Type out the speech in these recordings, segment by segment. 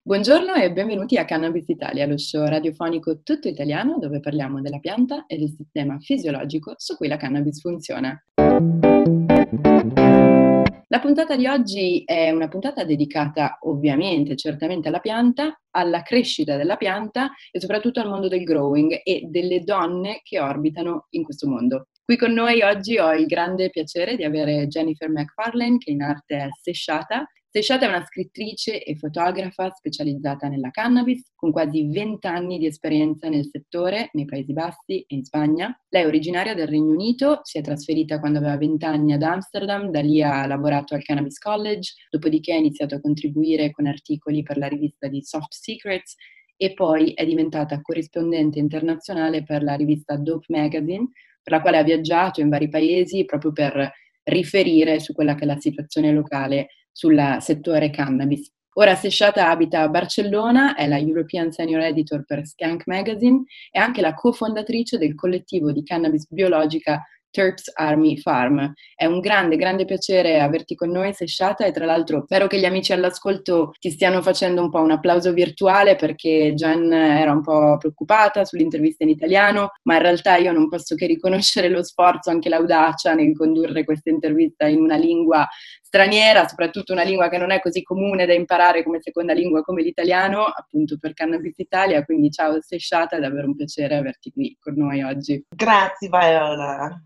Buongiorno e benvenuti a Cannabis Italia, lo show radiofonico tutto italiano dove parliamo della pianta e del sistema fisiologico su cui la cannabis funziona. La puntata di oggi è una puntata dedicata ovviamente, certamente alla pianta, alla crescita della pianta e soprattutto al mondo del growing e delle donne che orbitano in questo mondo. Qui con noi oggi ho il grande piacere di avere Jennifer McFarlane, che in arte è Sesciata. Sesciata è una scrittrice e fotografa specializzata nella cannabis, con quasi 20 anni di esperienza nel settore nei Paesi Bassi e in Spagna. Lei è originaria del Regno Unito, si è trasferita quando aveva 20 anni ad Amsterdam, da lì ha lavorato al Cannabis College, dopodiché ha iniziato a contribuire con articoli per la rivista di Soft Secrets e poi è diventata corrispondente internazionale per la rivista Dope Magazine, per la quale ha viaggiato in vari paesi proprio per riferire su quella che è la situazione locale sul settore cannabis. Ora Sesciata abita a Barcellona, è la European Senior Editor per Skank Magazine e anche la cofondatrice del collettivo di cannabis biologica Terps Army Farm. È un grande, grande piacere averti con noi, Sesciata, e tra l'altro spero che gli amici all'ascolto ti stiano facendo un po' un applauso virtuale perché Jen era un po' preoccupata sull'intervista in italiano, ma in realtà io non posso che riconoscere lo sforzo, anche l'audacia nel condurre questa intervista in una lingua straniera, soprattutto una lingua che non è così comune da imparare come seconda lingua come l'italiano, appunto per Cannabis Italia, quindi ciao Sesciata, è davvero un piacere averti qui con noi oggi. Grazie Viola.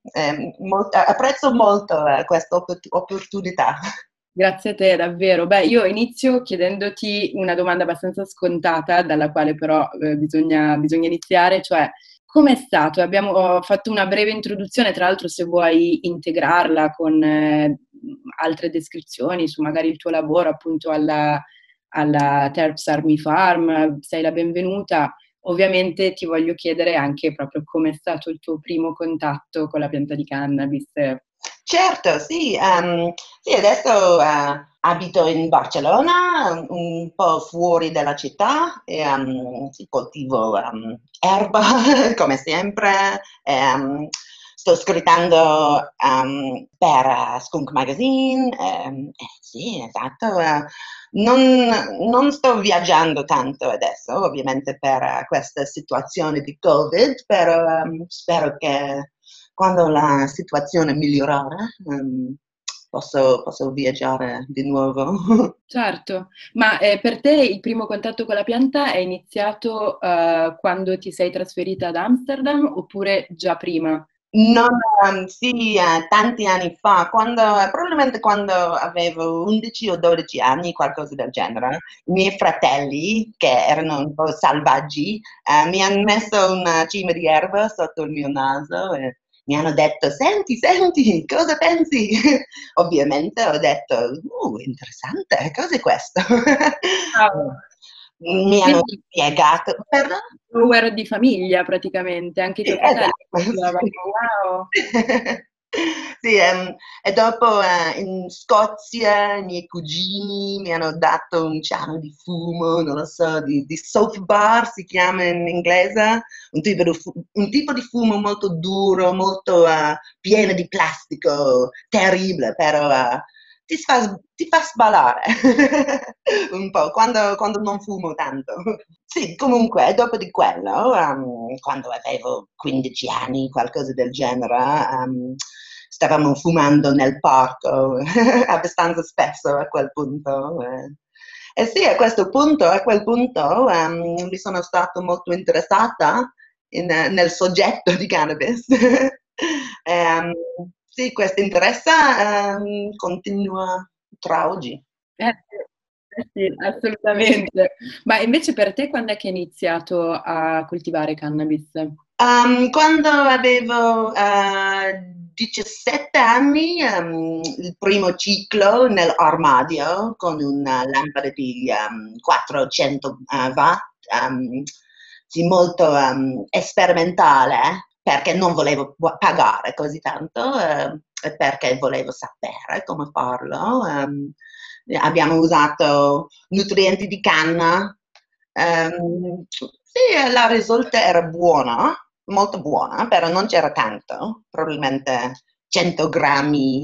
Apprezzo molto questa opportunità. Grazie a te, davvero. Beh, io inizio chiedendoti una domanda abbastanza scontata, dalla quale però bisogna iniziare, cioè com'è stato? Abbiamo fatto una breve introduzione, tra l'altro se vuoi integrarla con altre descrizioni su magari il tuo lavoro appunto alla Terps Army Farm, sei la benvenuta. Ovviamente ti voglio chiedere anche proprio com'è stato il tuo primo contatto con la pianta di cannabis. Certo, sì, sì, adesso abito in Barcellona, un po' fuori dalla città, e sì, coltivo erba come sempre. Sto scrivendo per Skunk Magazine, sì, esatto. Non sto viaggiando tanto adesso, ovviamente per questa situazione di Covid, però spero che quando la situazione migliorerà, posso viaggiare di nuovo. Certo, ma per te il primo contatto con la pianta è iniziato quando ti sei trasferita ad Amsterdam oppure già prima? Non, sì, tanti anni fa, probabilmente quando avevo 11 o 12 anni, qualcosa del genere, i miei fratelli, che erano un po' selvaggi, mi hanno messo una cima di erba sotto il mio naso e mi hanno detto: Senti, senti, cosa pensi? Ovviamente ho detto: interessante, cos'è questo? Wow. Mi hanno Quindi spiegato, perdón? follower di famiglia praticamente, anche i Sì, tuoi fratelli esatto, facevano, sì. wow. Sì, e dopo in Scozia i miei cugini mi hanno dato un ciano di fumo, non lo so, di soap bar si chiama in inglese, un tipo di fumo molto duro, molto pieno di plastico, terribile, però ti fa sballare un po' quando non fumo tanto. Sì, comunque, dopo di quello, quando avevo 15 anni, qualcosa del genere, stavamo fumando nel parco abbastanza spesso a quel punto. E sì, a quel punto, mi sono stata molto interessata nel soggetto di cannabis. Ehm, sì, questo interesse, continua tra oggi. Sì, assolutamente. Ma invece per te quando è che hai iniziato a coltivare cannabis? Quando avevo 17 anni, il primo ciclo nell'armadio con una lampada di 400 watt, sì, molto sperimentale, perché non volevo pagare così tanto e perché volevo sapere come farlo. Abbiamo usato nutrienti di canna. Sì, la risulta era buona, molto buona, però non c'era tanto, probabilmente 100 grammi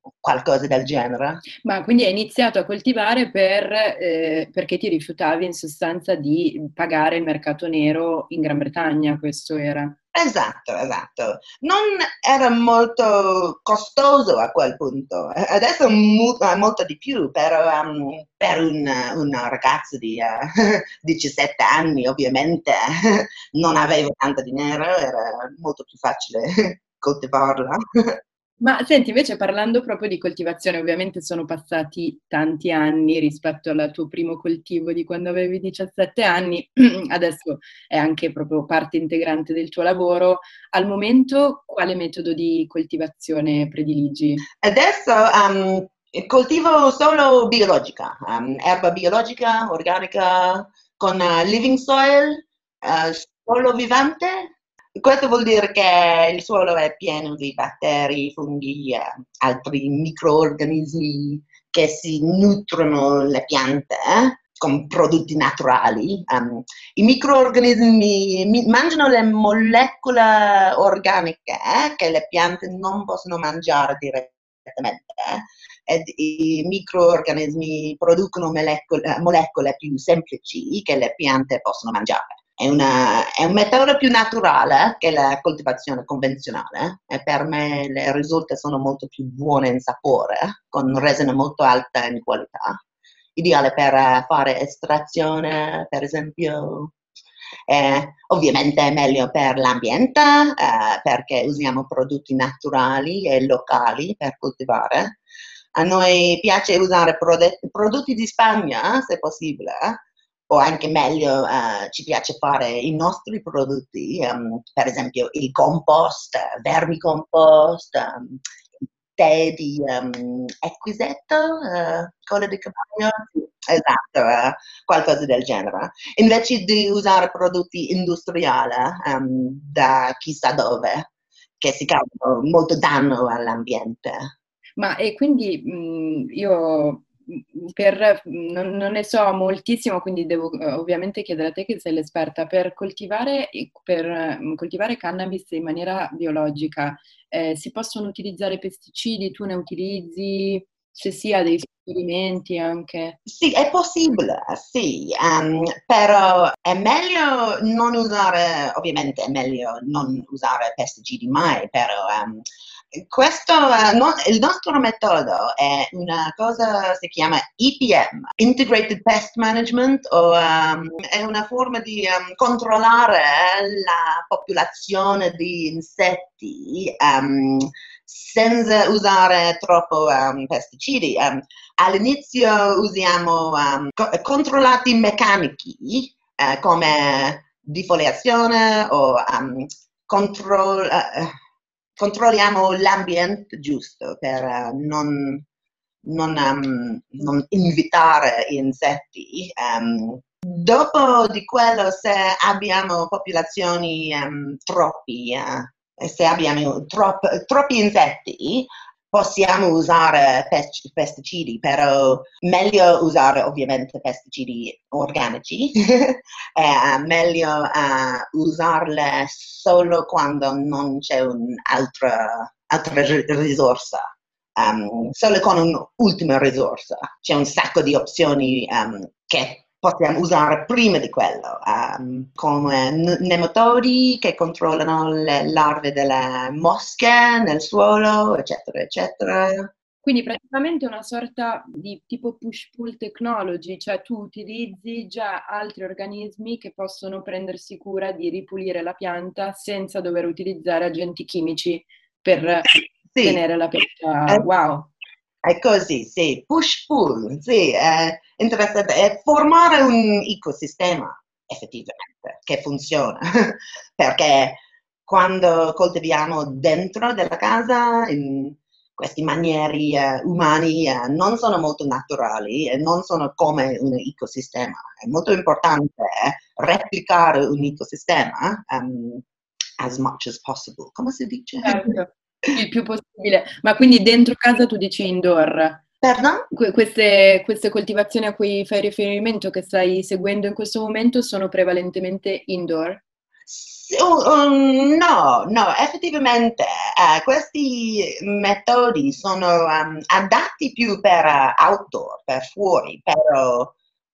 qualcosa del genere. Ma quindi hai iniziato a coltivare perché ti rifiutavi in sostanza di pagare il mercato nero in Gran Bretagna, questo era. Esatto, esatto. Non era molto costoso a quel punto. Adesso è molto di più per un ragazzo di 17 anni, ovviamente, non avevo tanto dinero, era molto più facile coltivarla. Ma senti, invece parlando proprio di coltivazione, ovviamente sono passati tanti anni rispetto al tuo primo coltivo di quando avevi 17 anni, adesso è anche proprio parte integrante del tuo lavoro. Al momento, quale metodo di coltivazione prediligi? Adesso coltivo solo biologica, erba biologica, organica, con living soil, suolo vivente. Questo vuol dire che il suolo è pieno di batteri, funghi, altri microrganismi che si nutrono le piante con prodotti naturali. I microrganismi mangiano le molecole organiche che le piante non possono mangiare direttamente. Ed i microorganismi producono molecole più semplici che le piante possono mangiare. È un metodo più naturale che la coltivazione convenzionale e per me le risultati sono molto più buone in sapore, con resina molto alta in qualità. Ideale per fare estrazione, per esempio. Ovviamente è meglio per l'ambiente, perché usiamo prodotti naturali e locali per coltivare. A noi piace usare prodotti di Spagna, se possibile, o anche meglio, ci piace fare i nostri prodotti, per esempio il compost, vermicompost, tè di Equisetto, colla di cavallo, sì, esatto, qualcosa del genere. Invece di usare prodotti industriali da chissà dove, che si causano molto danno all'ambiente. Ma e quindi io non ne so moltissimo, quindi devo ovviamente chiedere a te che sei l'esperta. Per coltivare cannabis in maniera biologica, si possono utilizzare pesticidi? Tu ne utilizzi? Se sì, ha dei suggerimenti anche? Sì, è possibile, sì, però è meglio non usare, ovviamente è meglio non usare pesticidi mai, però il nostro metodo è una cosa si chiama EPM, Integrated Pest Management, o è una forma di controllare la popolazione di insetti senza usare troppo pesticidi. All'inizio usiamo controllati meccanici come defoliazione o controlliamo l'ambiente giusto per non invitare insetti. Dopo di quello, se abbiamo popolazioni se abbiamo troppi insetti, possiamo usare pesticidi, però meglio usare ovviamente pesticidi organici, è meglio usarle solo quando non c'è altra risorsa. Solo con un'ultima risorsa. C'è un sacco di opzioni che possiamo usare prima di quello, come nematodi che controllano le larve delle mosche nel suolo, eccetera, eccetera. Quindi praticamente una sorta di tipo push-pull technology, cioè tu utilizzi già altri organismi che possono prendersi cura di ripulire la pianta senza dover utilizzare agenti chimici per Sì, tenere la è, pianta. Wow! è così, sì, push-pull, sì, è interessante, è formare un ecosistema effettivamente che funziona, perché quando coltiviamo dentro della casa in questi manieri umani non sono molto naturali e non sono come un ecosistema. È molto importante replicare un ecosistema as much as possible. Come si dice? Certo, il più possibile. Ma quindi dentro casa tu dici indoor? Pardon? Queste coltivazioni a cui fai riferimento che stai seguendo in questo momento sono prevalentemente indoor? No, no, effettivamente questi metodi sono adatti più per outdoor, per fuori, però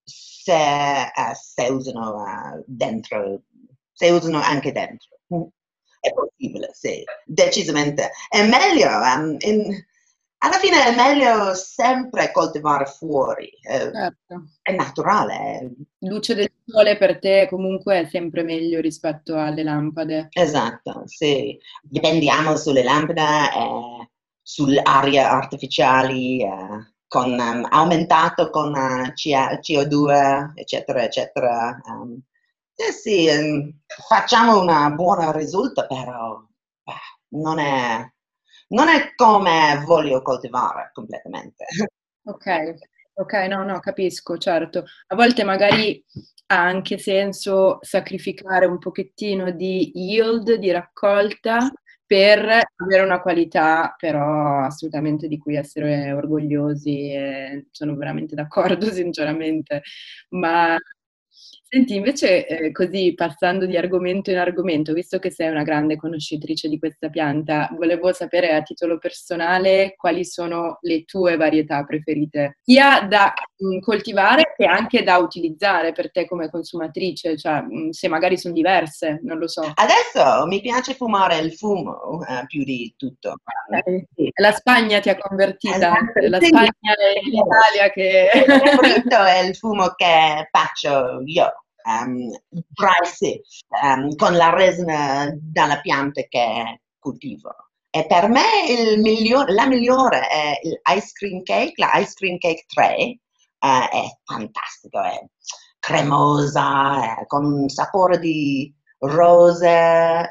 se usano dentro, se usano anche dentro. È possibile, sì, decisamente. È meglio, alla fine è meglio sempre coltivare fuori, Certo. è naturale. Luce del sole per te comunque è sempre meglio rispetto alle lampade. Esatto, sì. Dipendiamo sulle lampade, sulle arie artificiali, con, aumentato con CO2, eccetera, eccetera. Sì, sì, facciamo una buona risulta, però non è, non è come voglio coltivare completamente. Ok, ok, no, no, capisco, certo. A volte magari ha anche senso sacrificare un pochettino di yield, di raccolta, per avere una qualità però assolutamente di cui essere orgogliosi e sono veramente d'accordo, sinceramente. Ma senti, invece, così passando di argomento in argomento, visto che sei una grande conoscitrice di questa pianta, volevo sapere a titolo personale quali sono le tue varietà preferite, sia da coltivare che anche da utilizzare per te come consumatrice, cioè se magari sono diverse, non lo so. Adesso mi piace fumare il fumo, più di tutto. Ok. Sì. La Spagna ti ha convertita, Esatto, la sì. Spagna è l'Italia che... Il preferito è il fumo che faccio io, dry sif, con la resina dalla pianta che coltivo. E per me la migliore è il ice cream cake, la ice cream cake tray, è fantastico, è cremosa, con un sapore di rose,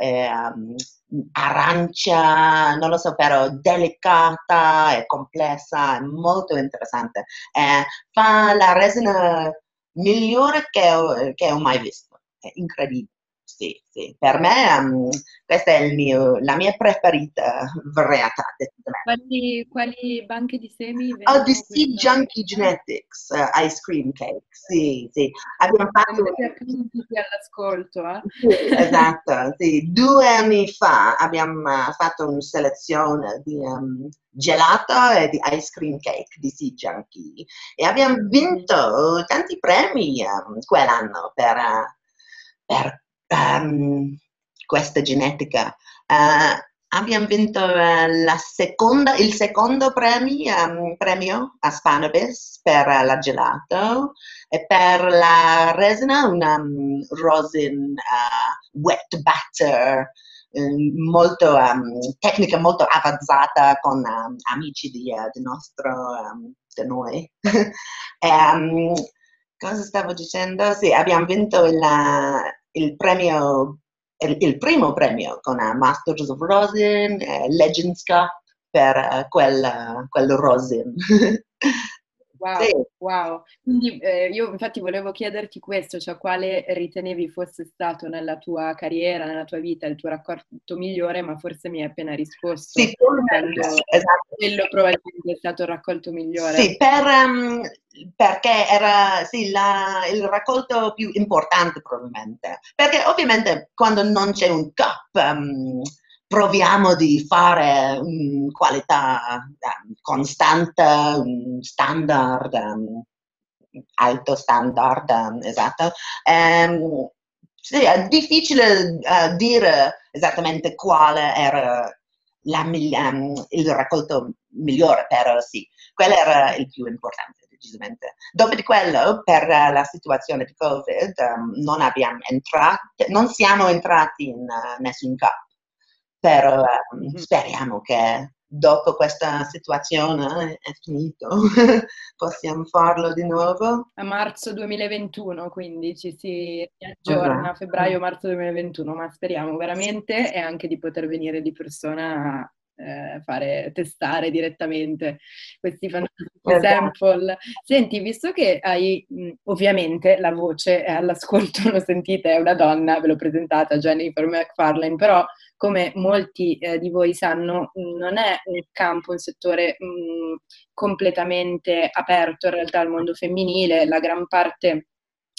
arancia, non lo so, però delicata e complessa, è molto interessante. Fa la resina migliore che ho mai visto, è incredibile. Sì, sì. Per me questa è la mia preferita varietà, decisamente. Quali banche di semi Oh, di vendono Sea questa Junkie varietà? Genetics, ice cream cake, sì, sì. Abbiamo fatto Prendete appunti all'ascolto, eh? sì, esatto, sì. 2 anni fa abbiamo fatto una selezione di gelato e di ice cream cake di Sea Junkie e abbiamo Mhm. vinto tanti premi quell'anno per questa genetica. Abbiamo vinto il secondo premio a Spanibus per la gelato e per la resina una rosin wet batter, molto, tecnica molto avanzata con amici di di noi. E, cosa stavo dicendo? Sì, abbiamo vinto il premio, il primo premio con Masters of Rosin, Legends Cup per quel Rosin. Wow, Sì. wow. Quindi io infatti volevo chiederti questo, cioè quale ritenevi fosse stato nella tua carriera, nella tua vita, il tuo raccolto migliore, ma forse mi hai appena risposto, Sì, con dicendo esatto. quello probabilmente è stato il raccolto Sì, migliore. perché era sì, il raccolto più importante probabilmente. Perché ovviamente quando non c'è un CAP, proviamo di fare qualità costante, standard, alto standard, esatto. Sì, è difficile dire esattamente quale era il raccolto migliore, però sì, quello era il più importante, decisamente. Dopo di quello, per la situazione di Covid, non siamo entrati in nessun CAP, però Mhm. speriamo che dopo questa situazione è finito, possiamo farlo di nuovo. A marzo 2021, quindi ci si aggiorna a Esatto. febbraio-marzo 2021, ma speriamo veramente e anche di poter venire di persona a fare, testare direttamente questi fantastici Esatto. sample. Senti, visto che hai ovviamente la voce è all'ascolto, lo sentite, è una donna, ve l'ho presentata, Jennifer McFarlane, però come molti di voi sanno, non è un campo, un settore completamente aperto in realtà al mondo femminile, la gran parte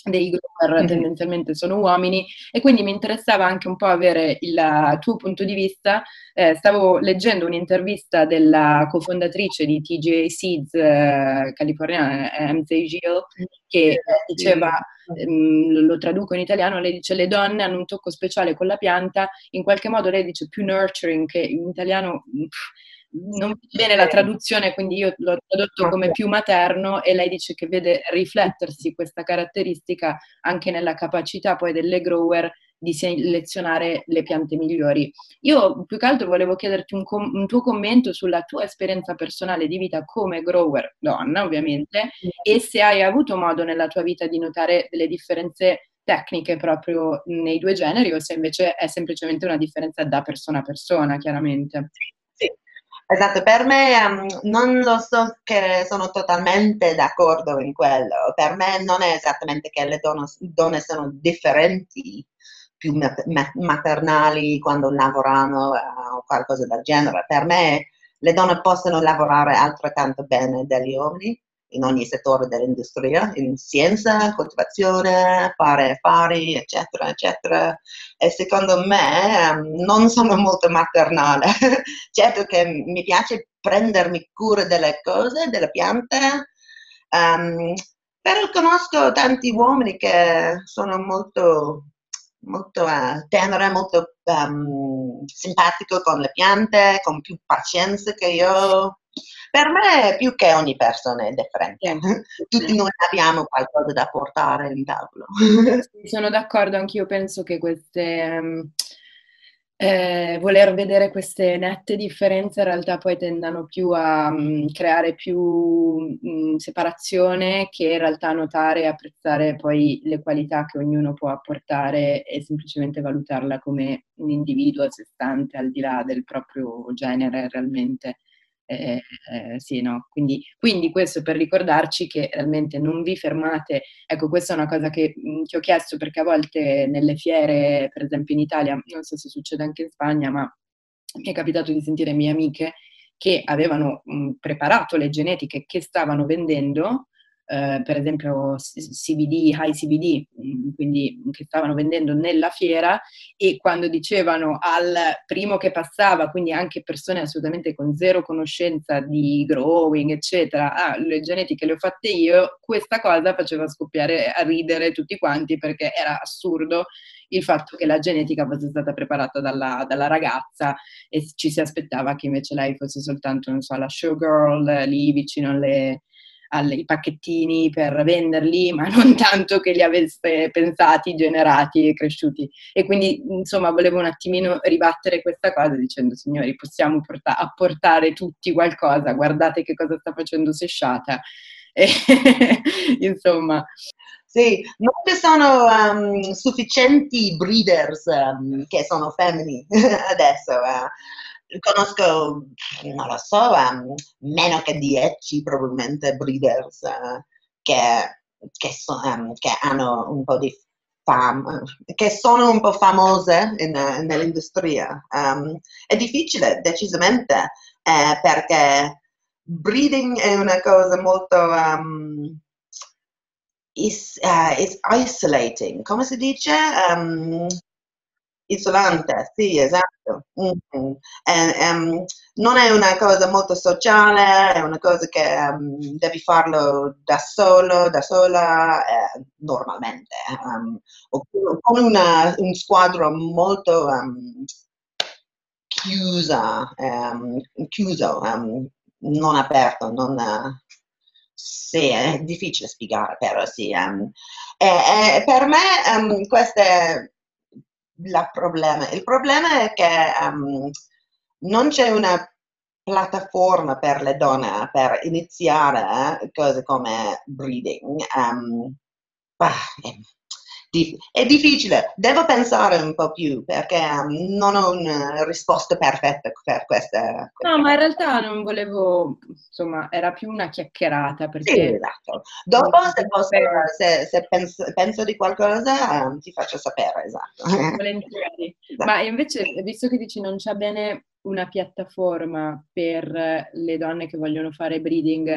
dei grower Mhm. tendenzialmente sono uomini, e quindi mi interessava anche un po' avere il tuo punto di vista. Stavo leggendo un'intervista della cofondatrice di TGA Seeds californiana, MJ Gill, che diceva, Sì. lo traduco in italiano, lei dice: le donne hanno un tocco speciale con la pianta, in qualche modo lei dice più nurturing, che in italiano non va bene la Sì. traduzione, quindi io l'ho tradotto Ok. come più materno, e lei dice che vede riflettersi questa caratteristica anche nella capacità poi delle grower di selezionare le piante migliori. Io più che altro volevo chiederti un tuo commento sulla tua esperienza personale di vita come grower, donna ovviamente, e se hai avuto modo nella tua vita di notare delle differenze tecniche proprio nei due generi, o se invece è semplicemente una differenza da persona a persona, chiaramente. Sì, esatto, per me non lo so che sono totalmente d'accordo in quello. Per me non è esattamente che le donne sono differenti, più maternali quando lavorano o qualcosa del genere. Per me le donne possono lavorare altrettanto bene degli uomini in ogni settore dell'industria, in scienza, coltivazione, fare affari, eccetera, eccetera. E secondo me non sono molto maternale. Certo che mi piace prendermi cura delle cose, delle piante, ehm, però conosco tanti uomini che sono molto, molto tenere, molto simpatico con le piante, con più pazienza che io. Per me, più che ogni persona è differente. Sì, sì, Tutti sì. noi abbiamo qualcosa da portare in tavolo. Sì, sono d'accordo, anch'io penso che voler vedere queste nette differenze in realtà poi tendano più a creare più separazione, che in realtà notare e apprezzare poi le qualità che ognuno può apportare e semplicemente valutarla come un individuo a sé stante, al di là del proprio genere realmente. Sì, no? Quindi questo per ricordarci che realmente non vi fermate. Ecco, questa è una cosa che ti ho chiesto, perché a volte nelle fiere, per esempio in Italia, non so se succede anche in Spagna, ma mi è capitato di sentire mie amiche che avevano preparato le genetiche che stavano vendendo, per esempio CBD, high CBD, quindi che stavano vendendo nella fiera, e quando dicevano al primo che passava, quindi anche persone assolutamente con zero conoscenza di growing, eccetera, ah, le genetiche le ho fatte io, questa cosa faceva scoppiare a ridere tutti quanti, perché era assurdo il fatto che la genetica fosse stata preparata dalla ragazza, e ci si aspettava che invece lei fosse soltanto, non so, la showgirl lì vicino ai pacchettini per venderli, ma non tanto che li avesse pensati, generati e cresciuti. E quindi, insomma, volevo un attimino ribattere questa cosa dicendo: signori, possiamo apportare tutti qualcosa, guardate che cosa sta facendo Sesciata. E, insomma, Sì, non ci sono sufficienti breeders che sono femmini adesso. Conosco, non lo so, meno che 10 probabilmente breeders che hanno un po' di che sono un po' famose nell'industria. È difficile, decisamente, perché breeding è una cosa molto is isolating, come si dice? Isolante, sì, esatto. Mh-mh. Non è una cosa molto sociale, è una cosa che devi farlo da solo, da sola, normalmente, o con un squadro molto chiuso, non aperto, non, sì, è difficile spiegare, però sì. Per me questo è problema. Il problema è che non c'è una piattaforma per le donne per iniziare cose come breeding. Ah, è difficile, devo pensare un po' più perché non ho una risposta perfetta per no, queste ma in cose. realtà non volevo, insomma, era più una chiacchierata, Sì, perché esatto. Dopo, se posso, comunque se penso di qualcosa, ti faccio sapere, esatto. volentieri. Esatto. Ma invece, visto che dici non c'è bene una piattaforma per le donne che vogliono fare breeding,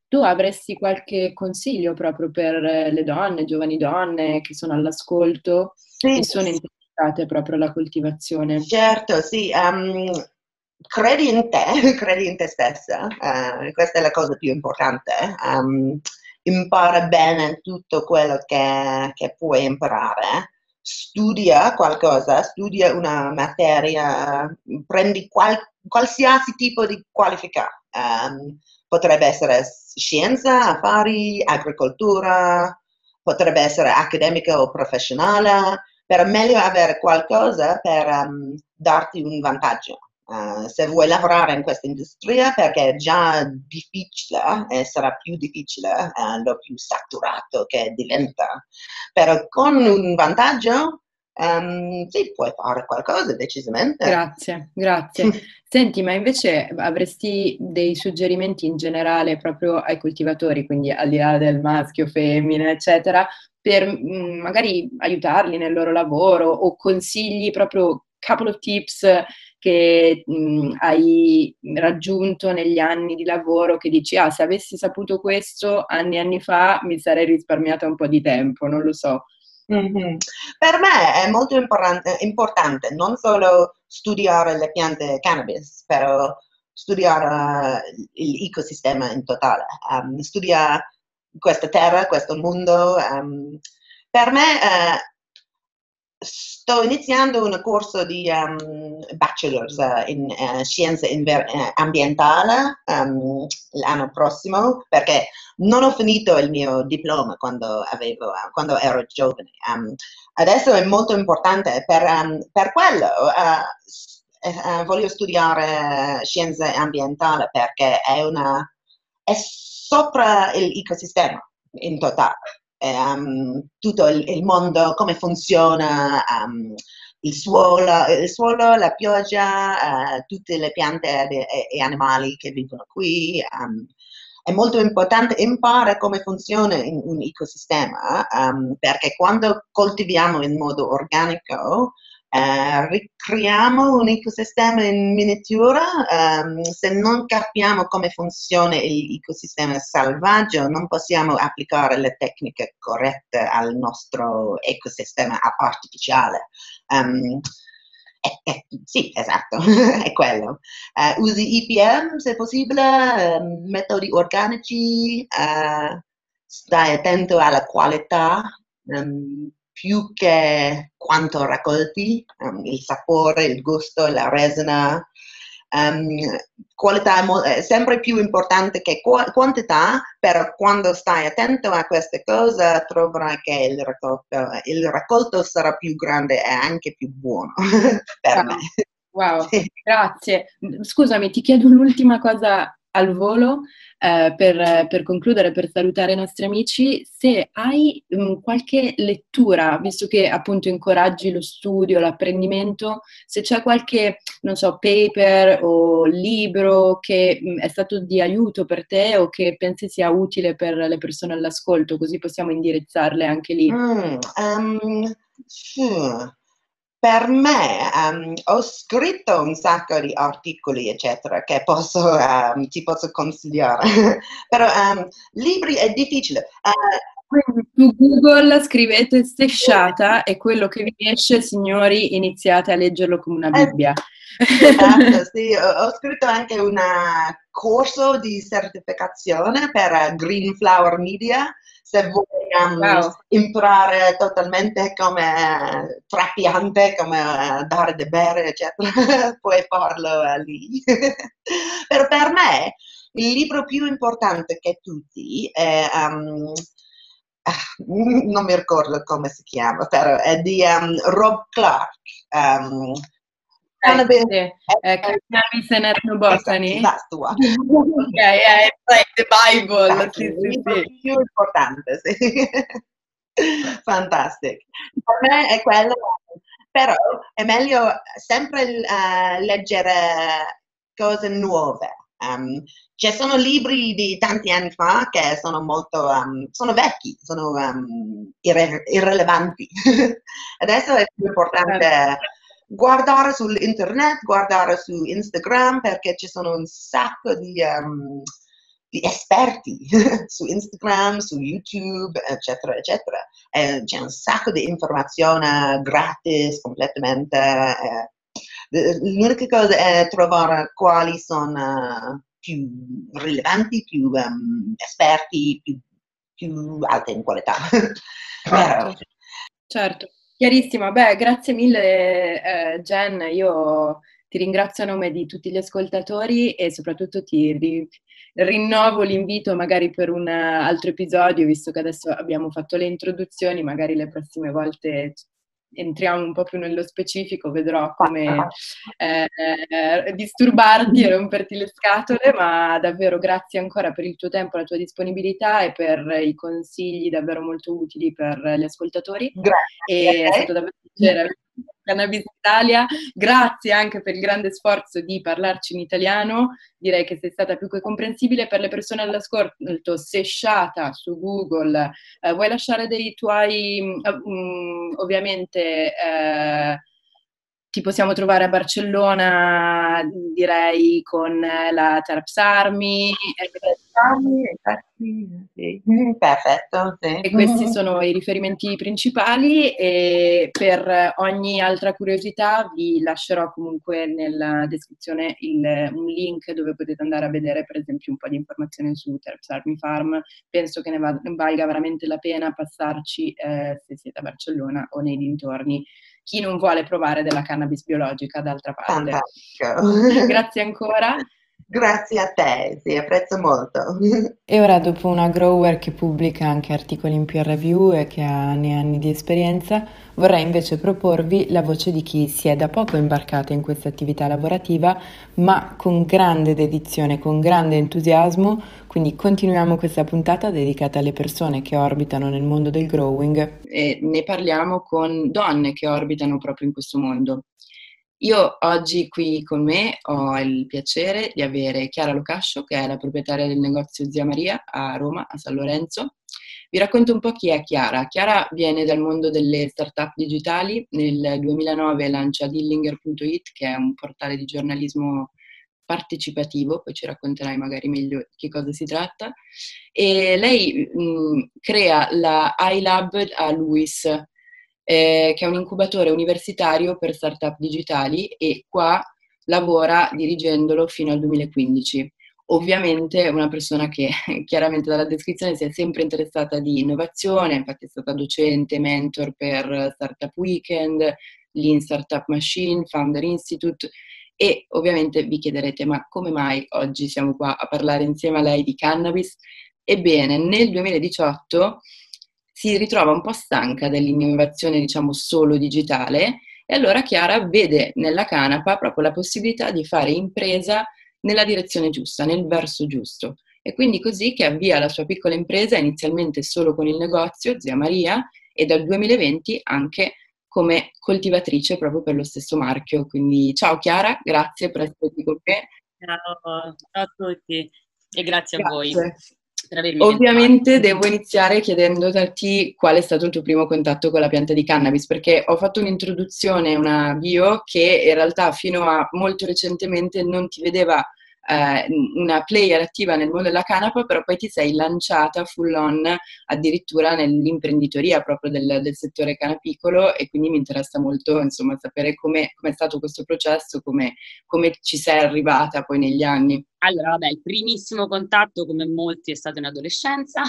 Tu avresti qualche consiglio proprio per le donne, giovani donne che sono all'ascolto Sì, e sono interessate proprio alla coltivazione? certo, sì. Credi in te, credi in te stessa, questa è la cosa più importante. Impara bene tutto quello che puoi imparare, studia qualcosa, studia una materia, prendi qualsiasi tipo di qualifica. Potrebbe essere scienza, affari, agricoltura, potrebbe essere accademica o professionale, però è meglio avere qualcosa per darti un vantaggio. Se vuoi lavorare in questa industria, perché è già difficile e sarà più difficile, lo più saturato che diventa. Però con un vantaggio, sì, puoi fare qualcosa decisamente. Grazie, grazie. Senti, ma invece avresti dei suggerimenti in generale proprio ai coltivatori, quindi al di là del maschio, femmina, eccetera, per magari aiutarli nel loro lavoro o consigli proprio couple of tips che hai raggiunto negli anni di lavoro che dici, ah, se avessi saputo questo anni e anni fa mi sarei risparmiata un po' di tempo, non lo so. Mhm. Per me è molto importante non solo studiare le piante cannabis, però studiare l'ecosistema in totale. Studia questa terra, questo mondo. Per me, sto iniziando un corso di bachelor's in scienze ambientali l'anno prossimo perché non ho finito il mio diploma quando ero giovane. Adesso è molto importante per quello. Voglio studiare scienze ambientali perché è sopra l'ecosistema in totale. Tutto il mondo, come funziona, la pioggia, tutte le piante e animali che vivono qui. È molto importante imparare come funziona un ecosistema, perché quando coltiviamo in modo organico, ricreiamo un ecosistema in miniatura. Se non capiamo come funziona l'ecosistema selvaggio, non possiamo applicare le tecniche corrette al nostro ecosistema artificiale. Sì, esatto, è quello. Usi IPM se possibile, metodi organici, stai attento alla qualità, più che quanto raccolti, il sapore, il gusto, la resina. Ehm, Qualità è sempre più importante che quantità, però quando stai attento a queste cose troverai che il raccolto sarà più grande e anche più buono per me. Wow, wow, Sì. grazie. Scusami, ti chiedo un'ultima cosa al volo, per concludere, per salutare i nostri amici. Se hai qualche lettura, visto che appunto incoraggi lo studio, l'apprendimento, se c'è qualche, non so, paper o libro che è stato di aiuto per te o che pensi sia utile per le persone all'ascolto, così possiamo indirizzarle anche lì. Sì. Per me, ho scritto un sacco di articoli, eccetera, che ti posso consigliare, però libri è difficile. Quindi su Google scrivete strisciata e quello che vi esce, signori, iniziate a leggerlo come una Eh, Bibbia. esatto, sì, ho scritto anche un corso di certificazione per Green Flower Media, se vuoi Wow, imparare totalmente come trapiante, come dare da bere, eccetera, puoi farlo lì. Però per me il libro più importante che tutti è, non mi ricordo come si chiama, però è di Rob Clark. Um, Cannabis, sì. Cannabis and esatto, Ethnobotany. that's the one. Ok, it's like the Bible, Esatto, sì, il sì, libro sì. più importante, sì. Fantastico. Per me è quello, però è meglio sempre leggere cose nuove. Ci sono libri di tanti anni fa che sono molto, sono vecchi, sono irrilevanti. Adesso è più Certo. importante guardare sull'internet, guardare su Instagram perché ci sono un sacco di di esperti su Instagram, su YouTube, eccetera, eccetera. C'è un sacco di informazione gratis, completamente. L'unica cosa è trovare quali sono più rilevanti, più esperti, più alte in qualità. Vero. Certo, chiarissimo. Beh, grazie mille Jen, io ti ringrazio a nome di tutti gli ascoltatori e soprattutto rinnovo l'invito magari per un altro episodio, visto che adesso abbiamo fatto le introduzioni, magari le prossime volte entriamo un po' più nello specifico, vedrò come disturbarti e romperti le scatole, ma davvero grazie ancora per il tuo tempo, la tua disponibilità e per i consigli davvero molto utili per gli ascoltatori. Grazie E a è te. stato davvero un piacere avere Cannabis Italia. Grazie anche per il grande sforzo di parlarci in italiano. Direi che sei stata più che comprensibile per le persone all'ascolto. Se sciata su Google, vuoi lasciare dei tuoi, ovviamente, ti possiamo trovare a Barcellona, direi, con la Terps Army. Sì. Perfetto, sì. E questi sono i riferimenti principali e per ogni altra curiosità vi lascerò comunque nella descrizione un link dove potete andare a vedere per esempio un po' di informazioni su Terps Army Farm. Penso che ne valga veramente la pena passarci se siete a Barcellona o nei dintorni. Chi non vuole provare della cannabis biologica d'altra parte. Fantastico. Grazie ancora. Grazie a te, sì, apprezzo molto. E ora, dopo una grower che pubblica anche articoli in peer review e che ha anni e anni di esperienza, vorrei invece proporvi la voce di chi si è da poco imbarcata in questa attività lavorativa, ma con grande dedizione, con grande entusiasmo. Quindi continuiamo questa puntata dedicata alle persone che orbitano nel mondo del growing. E ne parliamo con donne che orbitano proprio in questo mondo. Io oggi qui con me ho il piacere di avere Chiara Locascio, che è la proprietaria del negozio Zia Maria a Roma, a San Lorenzo. Vi racconto un po' chi è Chiara. Chiara viene dal mondo delle start-up digitali. Nel 2009 lancia Dillinger.it, che è un portale di giornalismo partecipativo, poi ci racconterai magari meglio di che cosa si tratta. E lei crea la iLab a Luis, che è un incubatore universitario per startup digitali e qua lavora dirigendolo fino al 2015. Ovviamente è una persona che chiaramente dalla descrizione si è sempre interessata di innovazione, infatti è stata docente, mentor per Startup Weekend, Lean Startup Machine, Founder Institute e ovviamente vi chiederete ma come mai oggi siamo qua a parlare insieme a lei di cannabis? Ebbene, nel 2018 si ritrova un po' stanca dell'innovazione, diciamo, solo digitale e allora Chiara vede nella canapa proprio la possibilità di fare impresa nella direzione giusta, nel verso giusto. E quindi così che avvia la sua piccola impresa, inizialmente solo con il negozio, Zia Maria, e dal 2020 anche come coltivatrice proprio per lo stesso marchio. Quindi ciao Chiara, grazie per essere qui con me. Ciao, ciao a tutti e grazie a voi Grazie. per avermi Ovviamente devo iniziare chiedendoti qual è stato il tuo primo contatto con la pianta di cannabis, perché ho fatto un'introduzione, una bio, che in realtà fino a molto recentemente non ti vedeva una player attiva nel mondo della canapa, però poi ti sei lanciata full on addirittura nell'imprenditoria proprio del settore canapicolo e quindi mi interessa molto insomma sapere come è stato questo processo, come ci sei arrivata poi negli anni. Allora, vabbè, il primissimo contatto, come molti, è stato in adolescenza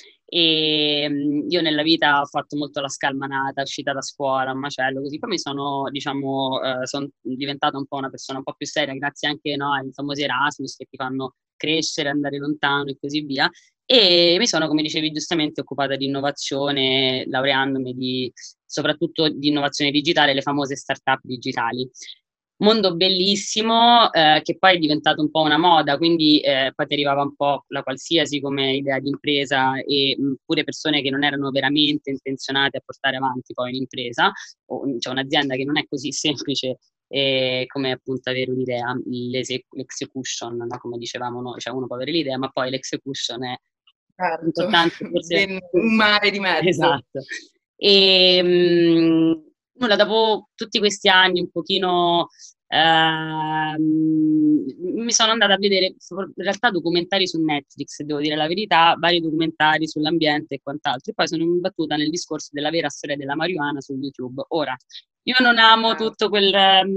e io nella vita ho fatto molto la scalmanata, uscita da scuola, un macello, così. Poi mi sono, diciamo, sono diventata un po' una persona un po' più seria, grazie anche ai famosi Erasmus che ti fanno crescere, andare lontano e così via. E mi sono, come dicevi giustamente, occupata di innovazione, laureandomi soprattutto di innovazione digitale, le famose start-up digitali. Mondo bellissimo, che poi è diventato un po' una moda, quindi poi ti arrivava un po' la qualsiasi come idea di impresa e pure persone che non erano veramente intenzionate a portare avanti poi un'impresa, o cioè un'azienda che non è così semplice come appunto avere un'idea, l'execution, no? Come dicevamo noi, cioè uno può avere l'idea, ma poi l'execution è importante, forse un mare di mezzo. Esatto. E nulla, dopo tutti questi anni un pochino Mi sono andata a vedere in realtà documentari su Netflix, devo dire la verità, vari documentari sull'ambiente e quant'altro, e poi sono imbattuta nel discorso della vera storia della marijuana su YouTube. Ora, io non amo tutto quel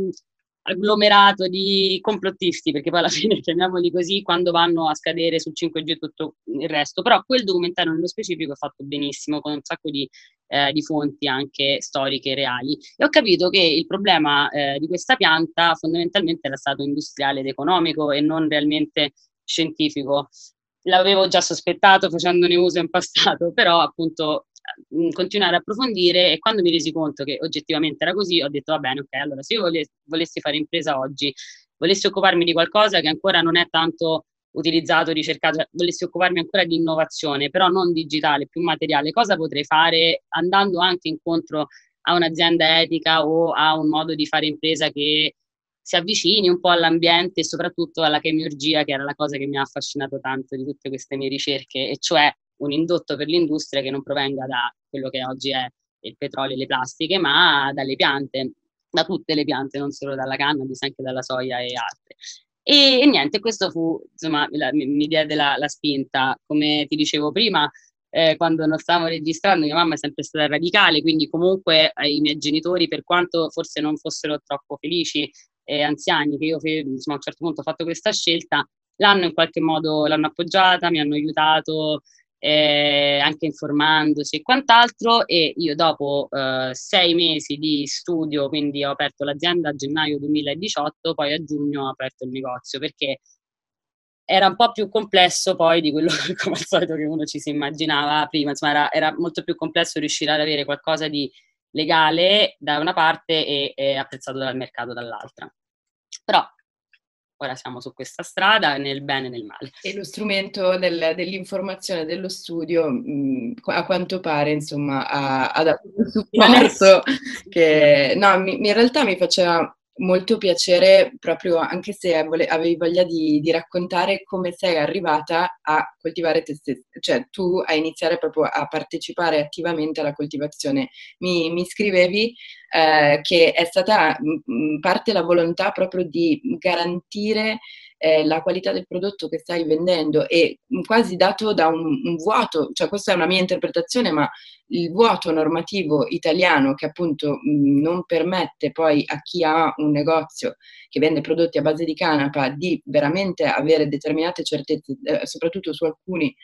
agglomerato di complottisti, perché poi alla fine, chiamiamoli così, quando vanno a scadere sul 5G e tutto il resto, però quel documentario nello specifico è fatto benissimo, con un sacco di fonti anche storiche e reali. E ho capito che il problema di questa pianta fondamentalmente era stato industriale ed economico e non realmente scientifico. L'avevo già sospettato facendone uso in passato, però appunto continuare a approfondire, e quando mi resi conto che oggettivamente era così, ho detto va bene, ok, allora se io volessi fare impresa oggi, volessi occuparmi di qualcosa che ancora non è tanto utilizzato, ricercato, cioè, volessi occuparmi ancora di innovazione, però non digitale, più materiale, cosa potrei fare andando anche incontro a un'azienda etica o a un modo di fare impresa che si avvicini un po' all'ambiente e soprattutto alla chemiurgia, che era la cosa che mi ha affascinato tanto di tutte queste mie ricerche, e cioè un indotto per l'industria che non provenga da quello che oggi è il petrolio e le plastiche, ma dalle piante, da tutte le piante, non solo dalla cannabis, anche dalla soia e altre. E niente, questo fu, insomma, mi diede la spinta. Come ti dicevo prima, quando non stavamo registrando, mia mamma è sempre stata radicale, quindi comunque i miei genitori, per quanto forse non fossero troppo felici e anziani che io insomma, a un certo punto ho fatto questa scelta, l'hanno in qualche modo l'hanno appoggiata, mi hanno aiutato anche informandosi e quant'altro, e io dopo 6 mesi di studio, quindi ho aperto l'azienda a gennaio 2018, poi a giugno ho aperto il negozio, perché era un po' più complesso poi di quello come al solito che uno ci si immaginava prima, insomma era molto più complesso riuscire ad avere qualcosa di legale da una parte e apprezzato dal mercato dall'altra. Però ora siamo su questa strada, nel bene e nel male. E lo strumento dell'informazione, dello studio, a quanto pare, insomma, ha dato un supporto che no, in realtà mi faceva molto piacere, proprio anche se avevi voglia di raccontare come sei arrivata a coltivare te stessa, cioè tu a iniziare proprio a partecipare attivamente alla coltivazione. Mi scrivevi che è stata in parte la volontà proprio di garantire la qualità del prodotto che stai vendendo, e quasi dato da un vuoto, cioè questa è una mia interpretazione, ma il vuoto normativo italiano che appunto non permette poi a chi ha un negozio che vende prodotti a base di canapa di veramente avere determinate certezze, soprattutto su alcune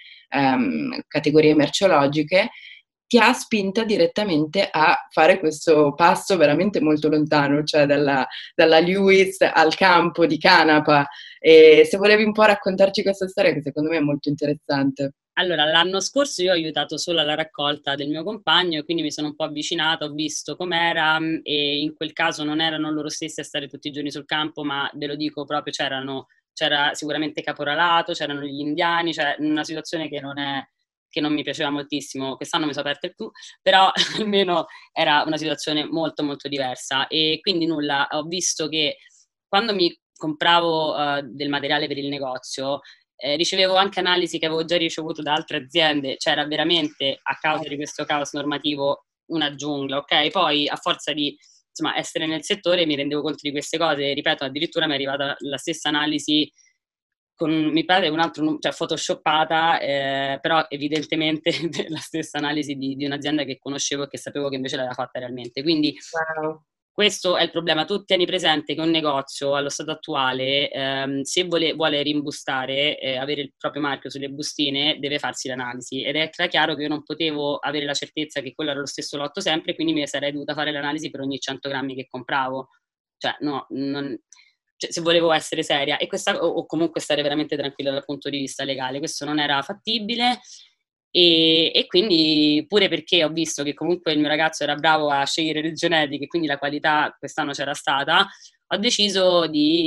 categorie merceologiche, ti ha spinta direttamente a fare questo passo veramente molto lontano, cioè dalla Lewis al campo di canapa. E se volevi un po' raccontarci questa storia, che secondo me è molto interessante. Allora, l'anno scorso io ho aiutato solo alla raccolta del mio compagno e quindi mi sono un po' avvicinata, ho visto com'era, e in quel caso non erano loro stessi a stare tutti i giorni sul campo, ma ve lo dico proprio, c'era sicuramente caporalato, c'erano gli indiani, cioè una situazione che non mi piaceva moltissimo. Quest'anno mi sono aperta il più, però almeno era una situazione molto molto diversa, e quindi nulla, ho visto che quando mi compravo del materiale per il negozio, ricevevo anche analisi che avevo già ricevuto da altre aziende, c'era veramente, a causa di questo caos normativo, una giungla, ok? Poi a forza di insomma, essere nel settore mi rendevo conto di queste cose, ripeto, addirittura mi è arrivata la stessa analisi con, mi pare, un altro, cioè photoshoppata, però evidentemente la stessa analisi di un'azienda che conoscevo e che sapevo che invece l'aveva fatta realmente. Quindi Wow. questo è il problema. Tu tieni presente che un negozio allo stato attuale, se vuole rimbustare, avere il proprio marchio sulle bustine, deve farsi l'analisi, ed era chiaro che io non potevo avere la certezza che quello era lo stesso lotto sempre, quindi mi sarei dovuta fare l'analisi per ogni 100 grammi che compravo. Cioè, no, cioè, se volevo essere seria o comunque stare veramente tranquilla dal punto di vista legale, questo non era fattibile. E quindi, pure perché ho visto che comunque il mio ragazzo era bravo a scegliere le genetiche, quindi la qualità quest'anno c'era stata, ho deciso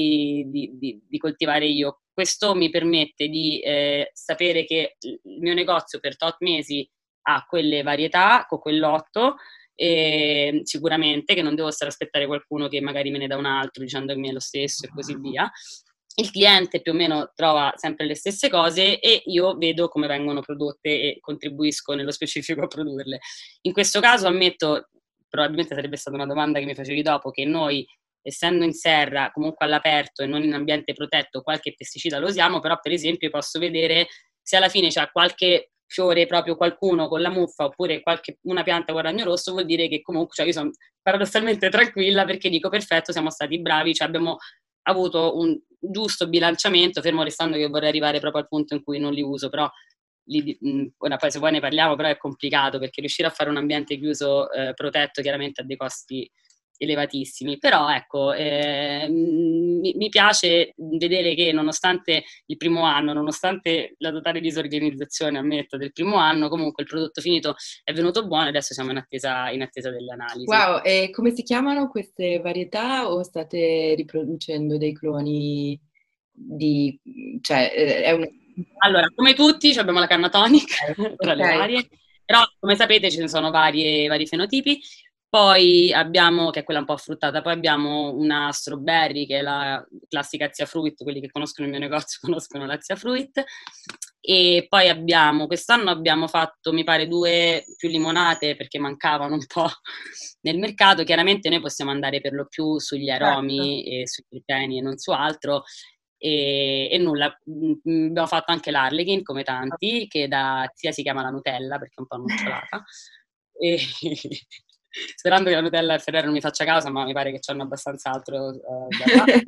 di coltivare io. Questo mi permette di sapere che il mio negozio per tot mesi ha quelle varietà, con quel lotto, sicuramente che non devo stare a aspettare qualcuno che magari me ne dà un altro dicendomi è lo stesso e così via. Il cliente più o meno trova sempre le stesse cose e io vedo come vengono prodotte e contribuisco nello specifico a produrle. In questo caso ammetto, probabilmente sarebbe stata una domanda che mi facevi dopo, che noi essendo in serra, comunque all'aperto e non in ambiente protetto, qualche pesticida lo usiamo, però per esempio posso vedere se alla fine c'è qualche fiore, proprio qualcuno con la muffa, oppure una pianta con ragno rosso, vuol dire che comunque, cioè io sono paradossalmente tranquilla, perché dico perfetto, siamo stati bravi, cioè abbiamo avuto un giusto bilanciamento, fermo restando che vorrei arrivare proprio al punto in cui non li uso, però ora poi se vuoi ne parliamo, però è complicato, perché riuscire a fare un ambiente chiuso, protetto, chiaramente ha dei costi elevatissimi, però ecco, mi piace vedere che nonostante il primo anno, nonostante la totale disorganizzazione, ammetto, del primo anno, comunque il prodotto finito è venuto buono e adesso siamo in attesa delle analisi. Wow, e come si chiamano queste varietà, o state riproducendo dei cloni cioè, Allora, come tutti abbiamo la canna tonic tra le Ok. varie, però come sapete ce ne sono vari fenotipi. Poi abbiamo, che è quella un po' fruttata, poi abbiamo una strawberry, che è la classica Azia Fruit, quelli che conoscono il mio negozio conoscono l'Azia Fruit. E poi quest'anno abbiamo fatto, mi pare, 2 più limonate, perché mancavano un po' nel mercato. Chiaramente noi possiamo andare per lo più sugli aromi e sui gluteni e non su altro. E nulla, abbiamo fatto anche l'Harlequin come tanti, che da zia si chiama la Nutella perché è un po' nocciolata. E sperando che la Nutella e il Ferrero non mi faccia causa, ma mi pare che c'hanno abbastanza altro da fare.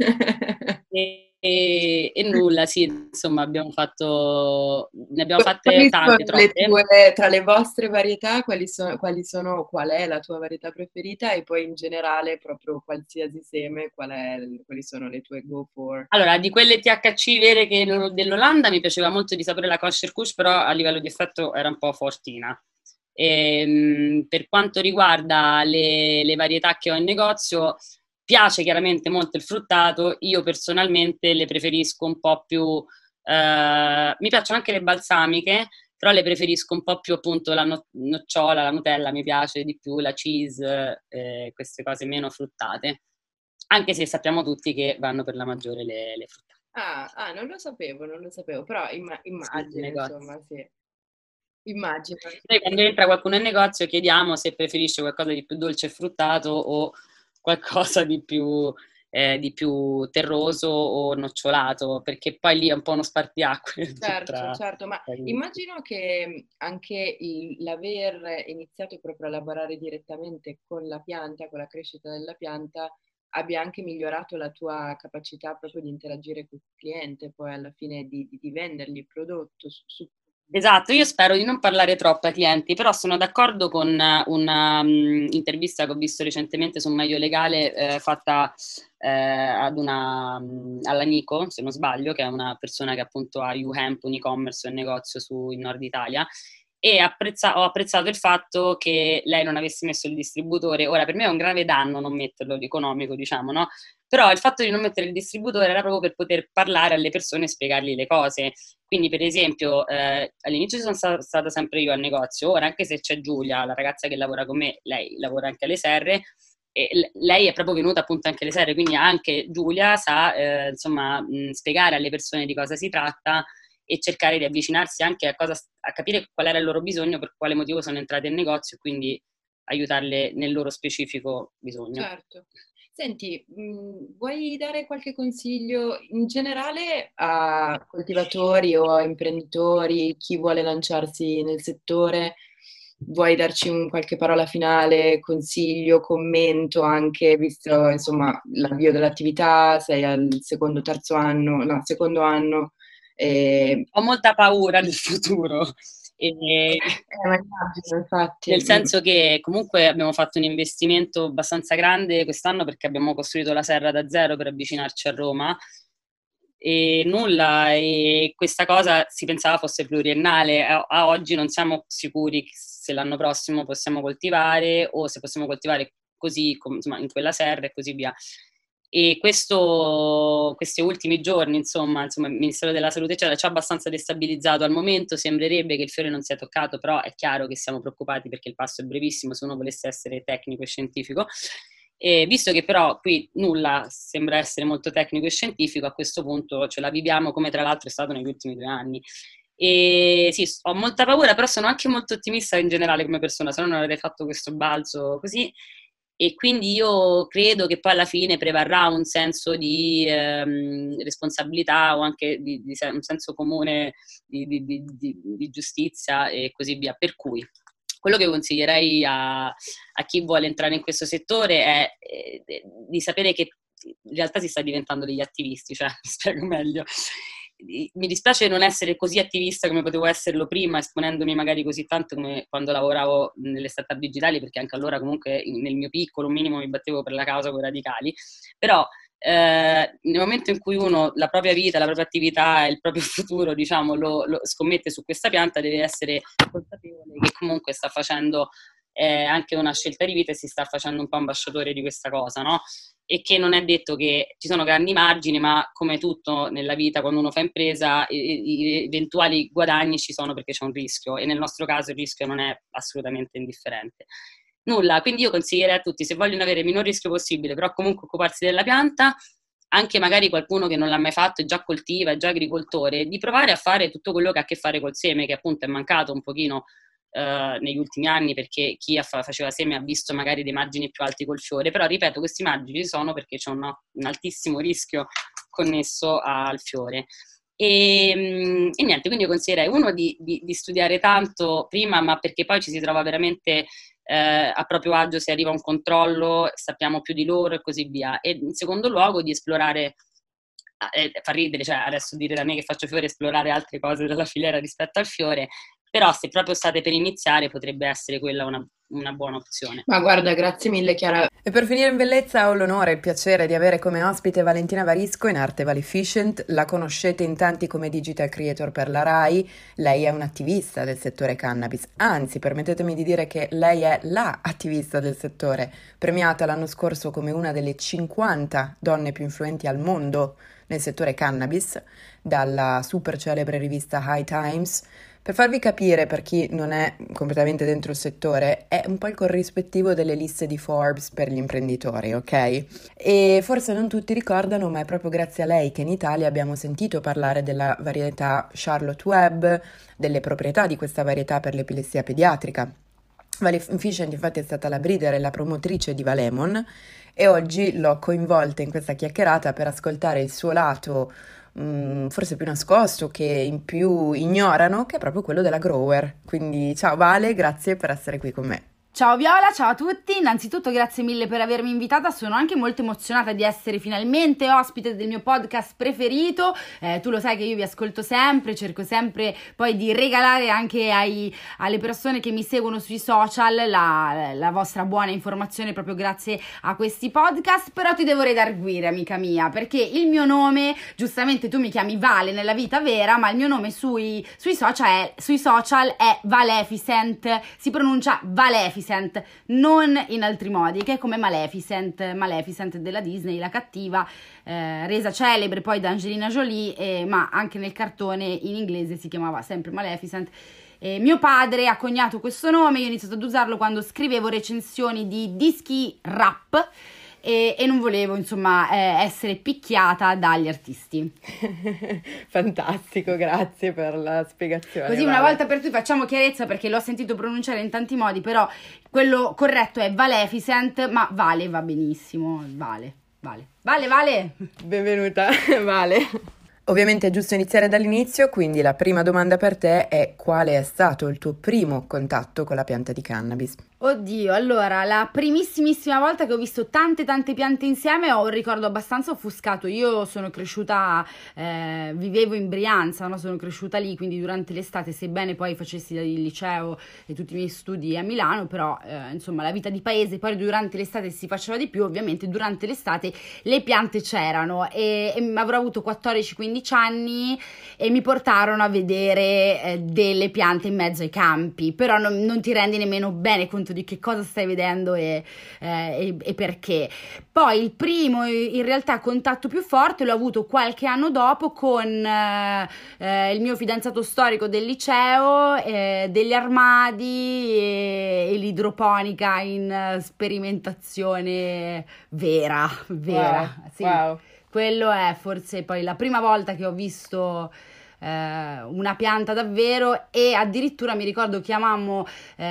E nulla, sì, insomma, ne abbiamo fatte tante, troppe. Tra le vostre varietà, qual è la tua varietà preferita, e poi in generale proprio qualsiasi seme, quali sono le tue go for? Allora, di quelle THC vere dell'Olanda mi piaceva molto di sapere la Kosher Kush, però a livello di effetto era un po' fortina. Per quanto riguarda le varietà che ho in negozio, piace chiaramente molto il fruttato. Io personalmente le preferisco un po' più, mi piacciono anche le balsamiche, però le preferisco un po' più appunto la nocciola, la Nutella mi piace di più, la cheese, queste cose meno fruttate, anche se sappiamo tutti che vanno per la maggiore le fruttate. Non lo sapevo, però immagino, insomma, sì. Immagino. Noi quando entra qualcuno in negozio chiediamo se preferisce qualcosa di più dolce e fruttato o qualcosa di più terroso o nocciolato, perché poi lì è un po' uno spartiacque. Certo, ma immagino che anche l'aver iniziato proprio a lavorare direttamente con la pianta, con la crescita della pianta, abbia anche migliorato la tua capacità proprio di interagire con il cliente, poi alla fine di vendergli il prodotto. Esatto, io spero di non parlare troppo ai clienti, però sono d'accordo con una intervista che ho visto recentemente su Medio Legale, fatta alla Nico, se non sbaglio, che è una persona che appunto ha UHemp, un e-commerce, un negozio in Nord Italia, e ho apprezzato il fatto che lei non avesse messo il distributore. Ora, per me è un grave danno non metterlo, l'economico, diciamo, no? Però il fatto di non mettere il distributore era proprio per poter parlare alle persone e spiegargli le cose. Quindi, per esempio, all'inizio sono stata sempre io al negozio, ora anche se c'è Giulia, la ragazza che lavora con me, lei lavora anche alle serre, e lei è proprio venuta appunto anche alle serre, quindi anche Giulia sa, insomma, spiegare alle persone di cosa si tratta e cercare di avvicinarsi anche a capire qual era il loro bisogno, per quale motivo sono entrate in negozio, e quindi aiutarle nel loro specifico bisogno. Certo. Senti, vuoi dare qualche consiglio in generale a coltivatori o a imprenditori, chi vuole lanciarsi nel settore? Vuoi darci qualche parola finale, consiglio, commento, anche visto insomma l'avvio dell'attività, sei al secondo anno. Ho molta paura del futuro. Ma immagino, infatti. Nel senso che comunque abbiamo fatto un investimento abbastanza grande quest'anno, perché abbiamo costruito la serra da zero per avvicinarci a Roma, e nulla, e questa cosa si pensava fosse pluriennale. A oggi non siamo sicuri se l'anno prossimo possiamo coltivare o se possiamo coltivare così, insomma, in quella serra e così via. E questi ultimi giorni, insomma, il Ministero della Salute ci ha abbastanza destabilizzato. Al momento sembrerebbe che il fiore non sia toccato, però è chiaro che siamo preoccupati perché il passo è brevissimo se uno volesse essere tecnico e scientifico. E visto che però qui nulla sembra essere molto tecnico e scientifico, a questo punto ce la viviamo come tra l'altro è stato negli ultimi 2 anni. E sì, ho molta paura, però sono anche molto ottimista in generale come persona, se no non avrei fatto questo balzo così. E quindi io credo che poi alla fine prevarrà un senso di responsabilità o anche un senso comune di giustizia e così via. Per cui quello che consiglierei a chi vuole entrare in questo settore è di sapere che in realtà si sta diventando degli attivisti, cioè, mi spiego meglio. Mi dispiace non essere così attivista come potevo esserlo prima, esponendomi magari così tanto come quando lavoravo nelle startup digitali, perché anche allora comunque nel mio piccolo, un minimo, mi battevo per la causa con i radicali, però nel momento in cui uno la propria vita, la propria attività e il proprio futuro, diciamo, lo scommette su questa pianta, deve essere consapevole che comunque sta facendo anche una scelta di vita e si sta facendo un po' ambasciatore di questa cosa, no? E che non è detto che ci sono grandi margini, ma come tutto nella vita, quando uno fa impresa, i eventuali guadagni ci sono perché c'è un rischio, e nel nostro caso il rischio non è assolutamente indifferente. Nulla, quindi io consiglierei a tutti, se vogliono avere il minor rischio possibile, però comunque occuparsi della pianta, anche magari qualcuno che non l'ha mai fatto e già coltiva, è già agricoltore, di provare a fare tutto quello che ha a che fare col seme, che appunto è mancato un pochino negli ultimi anni, perché chi faceva seme ha visto magari dei margini più alti col fiore, però ripeto, questi margini ci sono perché c'è un altissimo rischio connesso al fiore. E niente, quindi io consiglierei uno di studiare tanto prima, ma perché poi ci si trova veramente a proprio agio se arriva un controllo, sappiamo più di loro e così via. E in secondo luogo di esplorare, fa ridere, cioè adesso dire da me che faccio fiore, esplorare altre cose della filiera rispetto al fiore, però se proprio state per iniziare potrebbe essere quella una buona opzione. Ma guarda, grazie mille Chiara. E per finire in bellezza ho l'onore e il piacere di avere come ospite Valentina Varisco, in arte Valificient. La conoscete in tanti come digital creator per la RAI. Lei è un'attivista del settore cannabis, anzi permettetemi di dire che lei è la attivista del settore, premiata l'anno scorso come una delle 50 donne più influenti al mondo nel settore cannabis dalla super celebre rivista High Times. Per farvi capire, per chi non è completamente dentro il settore, è un po' il corrispettivo delle liste di Forbes per gli imprenditori, ok? E forse non tutti ricordano, ma è proprio grazie a lei che in Italia abbiamo sentito parlare della varietà Charlotte Web, delle proprietà di questa varietà per l'epilessia pediatrica. Valificient infatti è stata la breeder e la promotrice di Valemon, e oggi l'ho coinvolta in questa chiacchierata per ascoltare il suo lato forse più nascosto, che in più ignorano, che è proprio quello della grower. Quindi ciao Vale, grazie per essere qui con me. Ciao Viola, ciao a tutti, innanzitutto grazie mille per avermi invitata, sono anche molto emozionata di essere finalmente ospite del mio podcast preferito, tu lo sai che io vi ascolto sempre, cerco sempre poi di regalare anche alle persone che mi seguono sui social la vostra buona informazione proprio grazie a questi podcast, però ti devo redarguire amica mia, perché il mio nome, giustamente tu mi chiami Vale nella vita vera, ma il mio nome sui social è Valeficent, si pronuncia Valeficent, non in altri modi, che è come Maleficent della Disney, la cattiva, resa celebre poi da Angelina Jolie, ma anche nel cartone in inglese si chiamava sempre Maleficent. Mio padre ha coniato questo nome, io ho iniziato ad usarlo quando scrivevo recensioni di dischi rap, e non volevo insomma essere picchiata dagli artisti. Fantastico, grazie per la spiegazione. Così una volta per tutti facciamo chiarezza, perché l'ho sentito pronunciare in tanti modi, però quello corretto è Valeficent, ma Vale va benissimo, Vale. Benvenuta Vale. Ovviamente è giusto iniziare dall'inizio, quindi la prima domanda per te è: quale è stato il tuo primo contatto con la pianta di cannabis? Oddio, allora, la primissimissima volta che ho visto tante piante insieme ho un ricordo abbastanza offuscato. Io sono cresciuta, vivevo in Brianza, no? Sono cresciuta lì, quindi durante l'estate, sebbene poi facessi il liceo e tutti i miei studi a Milano, però insomma la vita di paese, poi durante l'estate si faceva di più, ovviamente durante l'estate le piante c'erano, e avrò avuto 14-15 anni e mi portarono a vedere delle piante in mezzo ai campi, però non ti rendi nemmeno bene conto di che cosa stai vedendo e perché. Poi il primo in realtà contatto più forte l'ho avuto qualche anno dopo con il mio fidanzato storico del liceo, degli armadi e l'idroponica in sperimentazione vera. Wow, sì. wow. Quello è forse poi la prima volta che ho visto una pianta davvero, e addirittura mi ricordo chiamammo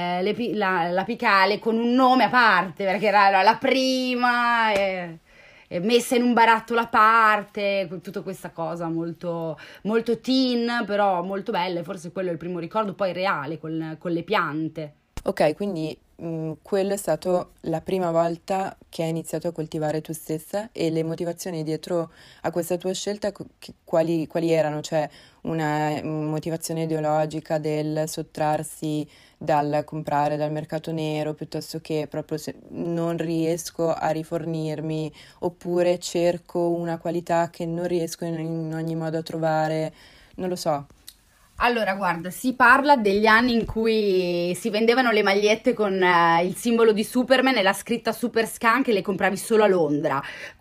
l'apicale con un nome a parte perché era la prima, messa in un barattolo a parte, tutta questa cosa molto, molto teen, però molto bella, e forse quello è il primo ricordo poi reale con le piante. Ok, quindi quello è stato la prima volta che hai iniziato a coltivare tu stessa, e le motivazioni dietro a questa tua scelta quali erano? Cioè una motivazione ideologica del sottrarsi dal comprare dal mercato nero, piuttosto che proprio non riesco a rifornirmi, oppure cerco una qualità che non riesco in ogni modo a trovare, non lo so. Allora, guarda, si parla degli anni in cui si vendevano le magliette con il simbolo di Superman e la scritta Super Skunk, e le compravi solo a Londra.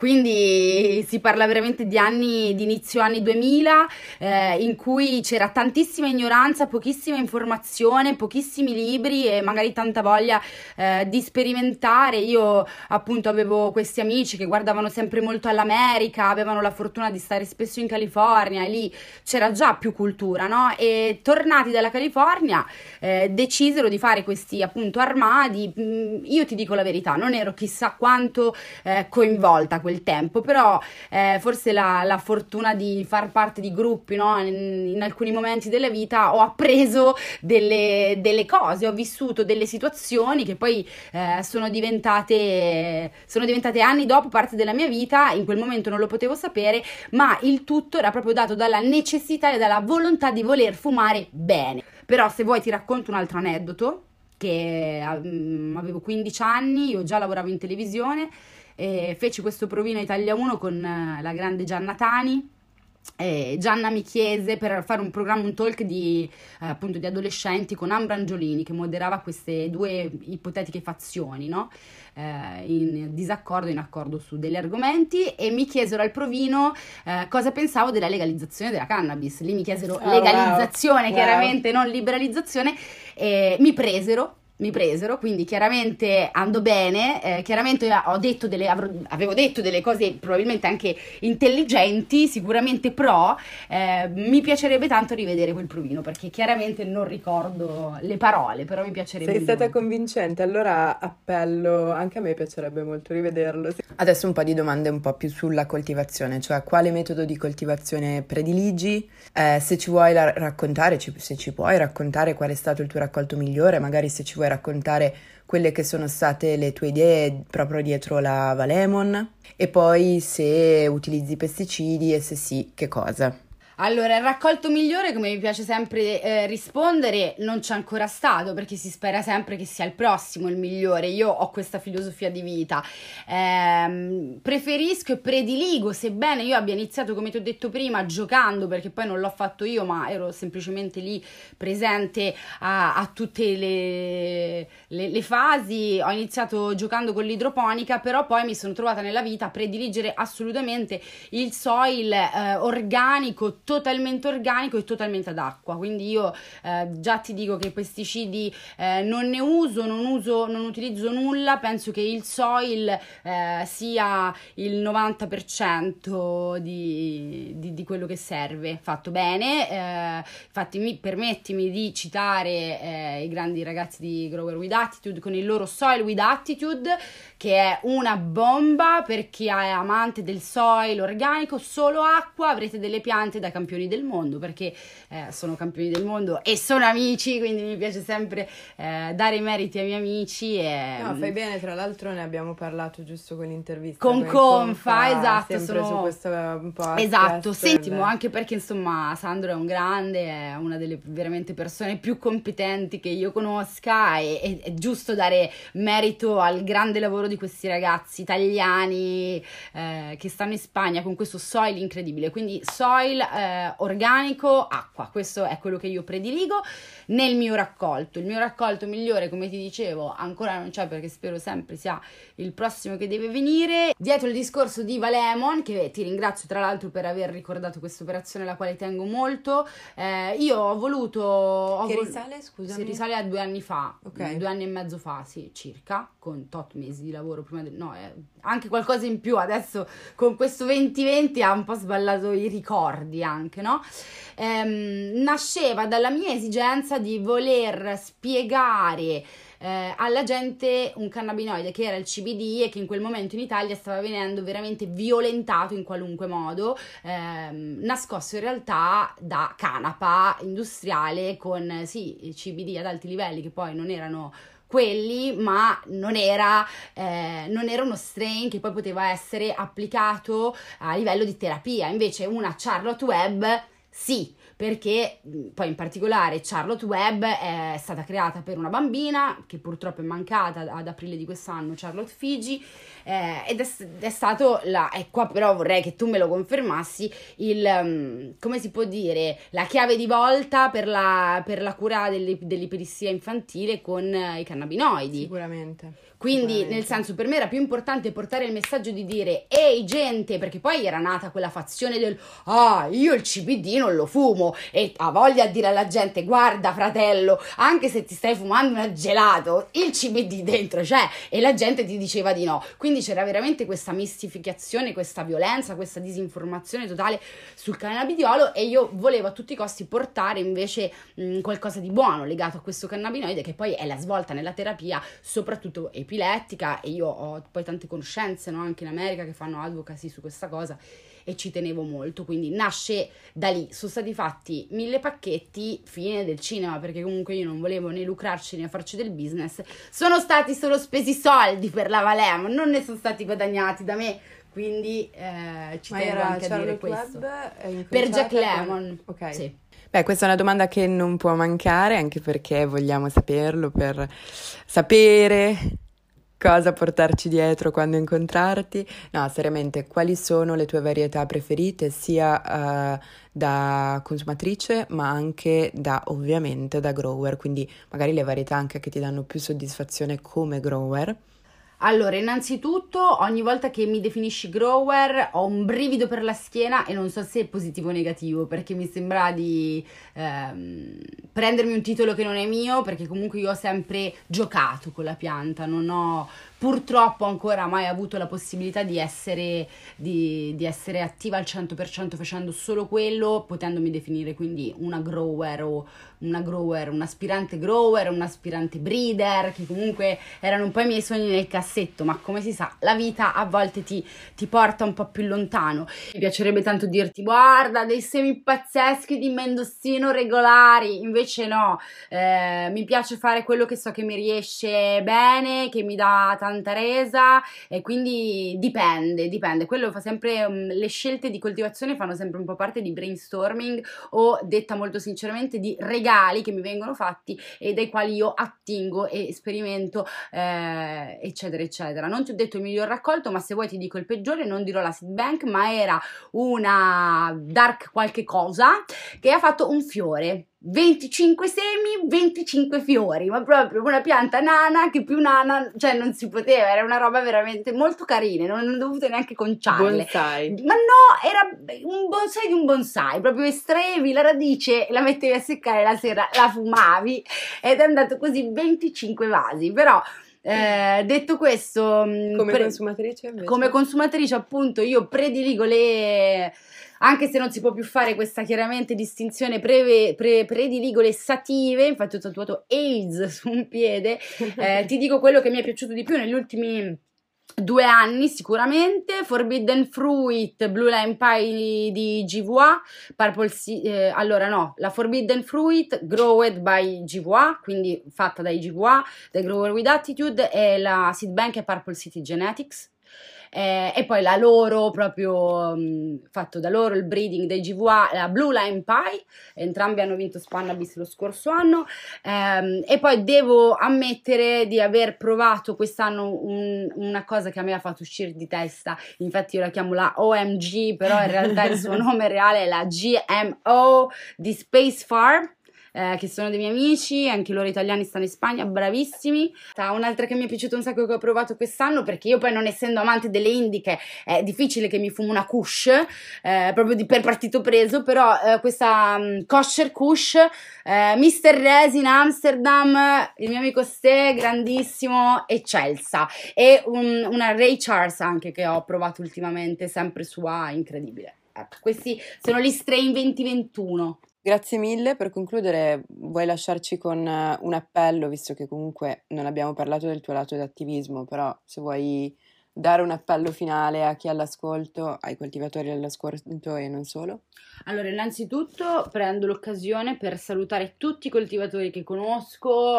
Quindi si parla veramente di anni, di inizio anni 2000, in cui c'era tantissima ignoranza, pochissima informazione, pochissimi libri e magari tanta voglia di sperimentare. Io appunto avevo questi amici che guardavano sempre molto all'America, avevano la fortuna di stare spesso in California, e lì c'era già più cultura, no? E tornati dalla California decisero di fare questi appunto armadi. Io ti dico la verità, non ero chissà quanto coinvolta a quel tempo, però forse la fortuna di far parte di gruppi, no? In alcuni momenti della vita ho appreso delle cose, ho vissuto delle situazioni che poi sono diventate anni dopo parte della mia vita. In quel momento non lo potevo sapere, ma il tutto era proprio dato dalla necessità e dalla volontà di voler fumare bene. Però se vuoi ti racconto un altro aneddoto, che avevo 15 anni, io già lavoravo in televisione, e feci questo provino Italia 1 con la grande Gianna Tani. Gianna mi chiese per fare un programma, un talk appunto di adolescenti, con Ambra Angiolini, che moderava queste due ipotetiche fazioni, no? In disaccordo, in accordo su degli argomenti, e mi chiesero al provino cosa pensavo della legalizzazione della cannabis. Lì mi chiesero legalizzazione, wow. Chiaramente non liberalizzazione, e mi presero, quindi chiaramente andò bene, chiaramente avevo detto delle cose probabilmente anche intelligenti, sicuramente pro. Mi piacerebbe tanto rivedere quel provino, perché chiaramente non ricordo le parole, però mi piacerebbe. Sei stata convincente, allora appello, anche a me piacerebbe molto rivederlo. Adesso un po' di domande un po' più sulla coltivazione, cioè quale metodo di coltivazione prediligi, se ci vuoi raccontare, se ci puoi raccontare qual è stato il tuo raccolto migliore, magari se ci vuoi raccontare quelle che sono state le tue idee proprio dietro la Valemon, e poi se utilizzi pesticidi e se sì, che cosa. Allora, il raccolto migliore, come mi piace sempre rispondere, non c'è ancora stato, perché si spera sempre che sia il prossimo il migliore. Io ho questa filosofia di vita. Preferisco e prediligo, sebbene io abbia iniziato, come ti ho detto prima, giocando, perché poi non l'ho fatto io, ma ero semplicemente lì presente a tutte le fasi. Ho iniziato giocando con l'idroponica, però poi mi sono trovata nella vita a prediligere assolutamente il soil organico, totalmente organico e totalmente ad acqua. Quindi io già ti dico che pesticidi non ne uso, non utilizzo nulla. Penso che il soil sia il 90% di quello che serve, fatto bene. Infatti permettimi di citare i grandi ragazzi di Grower with Attitude con il loro Soil with Attitude, che è una bomba per chi è amante del soil organico. Solo acqua, avrete delle piante da campioni del mondo, perché sono campioni del mondo e sono amici, quindi mi piace sempre dare i meriti ai miei amici. No, fai bene, tra l'altro ne abbiamo parlato giusto con l'intervista con Confa, esatto, sempre su questo un po' esatto, sentimo, anche perché insomma Sandro è un grande, è una delle veramente persone più competenti che io conosca, e è giusto dare merito al grande lavoro di questi ragazzi italiani che stanno in Spagna con questo soil incredibile. Quindi soil organico, acqua, questo è quello che io prediligo nel mio raccolto. Il mio raccolto migliore, come ti dicevo, ancora non c'è, perché spero sempre sia il prossimo che deve venire. Dietro il discorso di Valemon, che ti ringrazio tra l'altro per aver ricordato questa operazione, alla quale tengo molto, io ho voluto... risale, scusami? Si risale a 2 anni fa, okay. 2 anni e mezzo fa, sì, circa, con tot mesi di lavoro prima anche qualcosa in più. Adesso con questo 2020 ha un po' sballato i ricordi, anche, no? Nasceva dalla mia esigenza di voler spiegare alla gente un cannabinoide che era il CBD e che in quel momento in Italia stava venendo veramente violentato in qualunque modo, nascosto in realtà da canapa industriale con sì CBD ad alti livelli che poi non erano quelli, ma non era uno strain che poi poteva essere applicato a livello di terapia. Invece una Charlotte Web sì, perché poi in particolare Charlotte Web è stata creata per una bambina che purtroppo è mancata ad aprile di quest'anno, Charlotte Figi, ed è stato e qua però vorrei che tu me lo confermassi, come si può dire, la chiave di volta per la cura dell'ipedissia infantile con i cannabinoidi. Sicuramente. Quindi, nel senso, per me era più importante portare il messaggio di dire ehi gente, perché poi era nata quella fazione del io il CBD non lo fumo, e ha voglia di dire alla gente guarda fratello, anche se ti stai fumando un gelato, il CBD dentro c'è, e la gente ti diceva di no. Quindi c'era veramente questa mistificazione, questa violenza, questa disinformazione totale sul cannabidiolo, e io volevo a tutti i costi portare invece qualcosa di buono legato a questo cannabinoide, che poi è la svolta nella terapia, soprattutto epilettica, e io ho poi tante conoscenze, no, anche in America che fanno advocacy su questa cosa e ci tenevo molto, quindi nasce da lì. Sono stati fatti 1000 pacchetti, fine del cinema, perché comunque io non volevo né lucrarci né farci del business, sono stati solo spesi soldi per la Valema, non ne sono stati guadagnati da me, quindi ci tengo anche a dire questo. Per Jack Lemmon, ok. Sì. Beh, questa è una domanda che non può mancare, anche perché vogliamo saperlo, per sapere cosa portarci dietro quando incontrarti. No, seriamente, quali sono le tue varietà preferite, sia da consumatrice, ma anche ovviamente da grower, quindi magari le varietà anche che ti danno più soddisfazione come grower? Allora, innanzitutto, ogni volta che mi definisci grower ho un brivido per la schiena e non so se è positivo o negativo, perché mi sembra di prendermi un titolo che non è mio, perché comunque io ho sempre giocato con la pianta, non ho purtroppo ancora mai avuto la possibilità di essere attiva al 100% facendo solo quello, potendomi definire quindi una grower o un aspirante grower, un aspirante breeder, che comunque erano un po' i miei sogni nel cassetto, ma come si sa la vita a volte ti porta un po' più lontano. Mi piacerebbe tanto dirti guarda dei semi pazzeschi di Mendocino regolari, invece no, mi piace fare quello che so che mi riesce bene, che mi dà tanta resa, e quindi dipende, quello fa sempre le scelte di coltivazione fanno sempre un po' parte di brainstorming, o detta molto sinceramente di regali che mi vengono fatti e dai quali io attingo e sperimento, eccetera eccetera. Non ti ho detto il miglior raccolto, ma se vuoi ti dico il peggiore, non dirò la Seed Bank, ma era una dark qualche cosa che ha fatto un fiore, 25 semi, 25 fiori, ma proprio una pianta nana che più nana, cioè non si poteva, era una roba veramente molto carina, non ho dovuto neanche conciarle. Bonsai. Ma no, era un bonsai di un bonsai, proprio estrevi la radice, la mettevi a seccare la sera, la fumavi ed è andato così 25 vasi, però detto questo, consumatrice invece? Come consumatrice appunto io prediligo anche se non si può più fare questa chiaramente distinzione, prediligo le sative, infatti ho tatuato AIDS su un piede, ti dico quello che mi è piaciuto di più negli ultimi 2 anni sicuramente: Forbidden Fruit, Blue Lime Pie di GVA, la Forbidden Fruit Growed by GVA, quindi fatta dai GVA, dai Grower with Attitude, e la Seed Bank è Purple City Genetics. E poi la loro proprio fatto da loro il breeding dei GVA, la Blue Lime Pie, entrambi hanno vinto Spannabis lo scorso anno, e poi devo ammettere di aver provato quest'anno una cosa che a me ha fatto uscire di testa, infatti io la chiamo la OMG, però in realtà il suo nome reale è la GMO di Space Farm, che sono dei miei amici, anche loro italiani, stanno in Spagna, bravissimi. Un'altra che mi è piaciuta un sacco, che ho provato quest'anno, perché io poi non essendo amante delle indiche è difficile che mi fumo una Kush, proprio per partito preso, però questa Kosher Kush, Mr. Rez in Amsterdam, il mio amico Ste, grandissimo, eccelsa, e una Ray Charles anche che ho provato ultimamente, sempre sua, incredibile. Questi sono gli strain 2021. Grazie mille. Per concludere, vuoi lasciarci con un appello, visto che comunque non abbiamo parlato del tuo lato di attivismo, però se vuoi dare un appello finale a chi è all'ascolto, ai coltivatori all'ascolto e non solo? Allora, innanzitutto prendo l'occasione per salutare tutti i coltivatori che conosco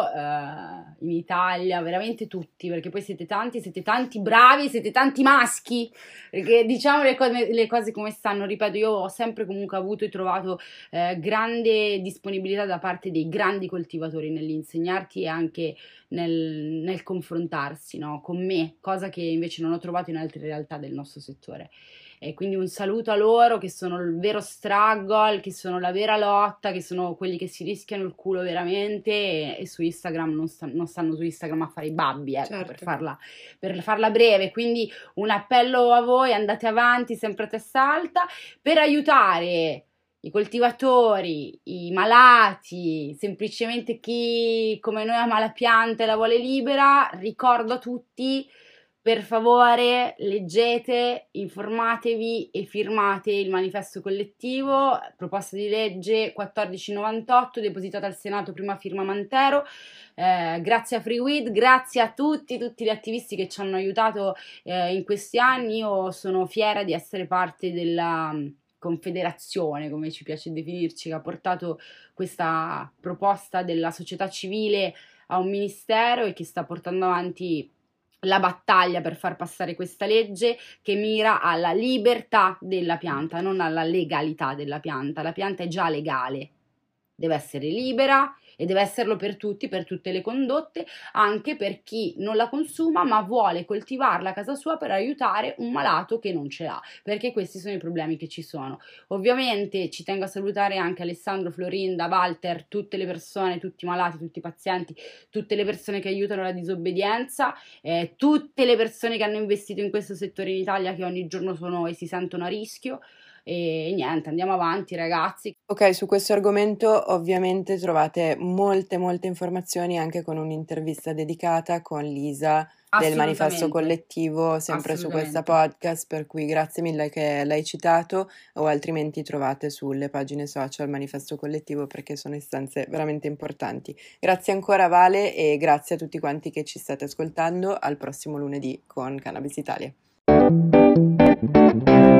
in Italia, veramente tutti, perché poi siete tanti bravi, siete tanti maschi, perché diciamo le cose come stanno. Ripeto, io ho sempre comunque avuto e trovato grande disponibilità da parte dei grandi coltivatori nell'insegnarti e anche nel confrontarsi, no, con me, cosa che invece non ho trovato in altre realtà del nostro settore. E quindi un saluto a loro, che sono il vero struggle, che sono la vera lotta, che sono quelli che si rischiano il culo veramente e su Instagram non stanno su Instagram a fare i babbi, ecco, Certo. per farla breve. Quindi un appello a voi: andate avanti sempre a testa alta per aiutare i coltivatori, i malati, semplicemente chi come noi ama la pianta e la vuole libera. Ricordo a tutti: per favore, leggete, informatevi e firmate il manifesto collettivo, proposta di legge 1498, depositata al Senato, prima firma Mantero. Grazie a FreeWeed, grazie a tutti gli attivisti che ci hanno aiutato in questi anni. Io sono fiera di essere parte della confederazione, come ci piace definirci, che ha portato questa proposta della società civile a un ministero e che sta portando avanti la battaglia per far passare questa legge che mira alla libertà della pianta, non alla legalità della pianta. La pianta è già legale, deve essere libera e deve esserlo per tutti, per tutte le condotte, anche per chi non la consuma ma vuole coltivarla a casa sua per aiutare un malato che non ce l'ha, perché questi sono i problemi che ci sono. Ovviamente ci tengo a salutare anche Alessandro, Florinda, Walter, tutte le persone, tutti i malati, tutti i pazienti, tutte le persone che aiutano la disobbedienza, tutte le persone che hanno investito in questo settore in Italia, che ogni giorno sono e si sentono a rischio. E niente, andiamo avanti, ragazzi. Ok, su questo argomento ovviamente trovate molte informazioni anche con un'intervista dedicata con Lisa del Manifesto Collettivo, sempre su questa podcast, per cui grazie mille che l'hai citato, o altrimenti trovate sulle pagine social Manifesto Collettivo, perché sono istanze veramente importanti. Grazie ancora Vale e grazie a tutti quanti che ci state ascoltando. Al prossimo lunedì con Cannabis Italia.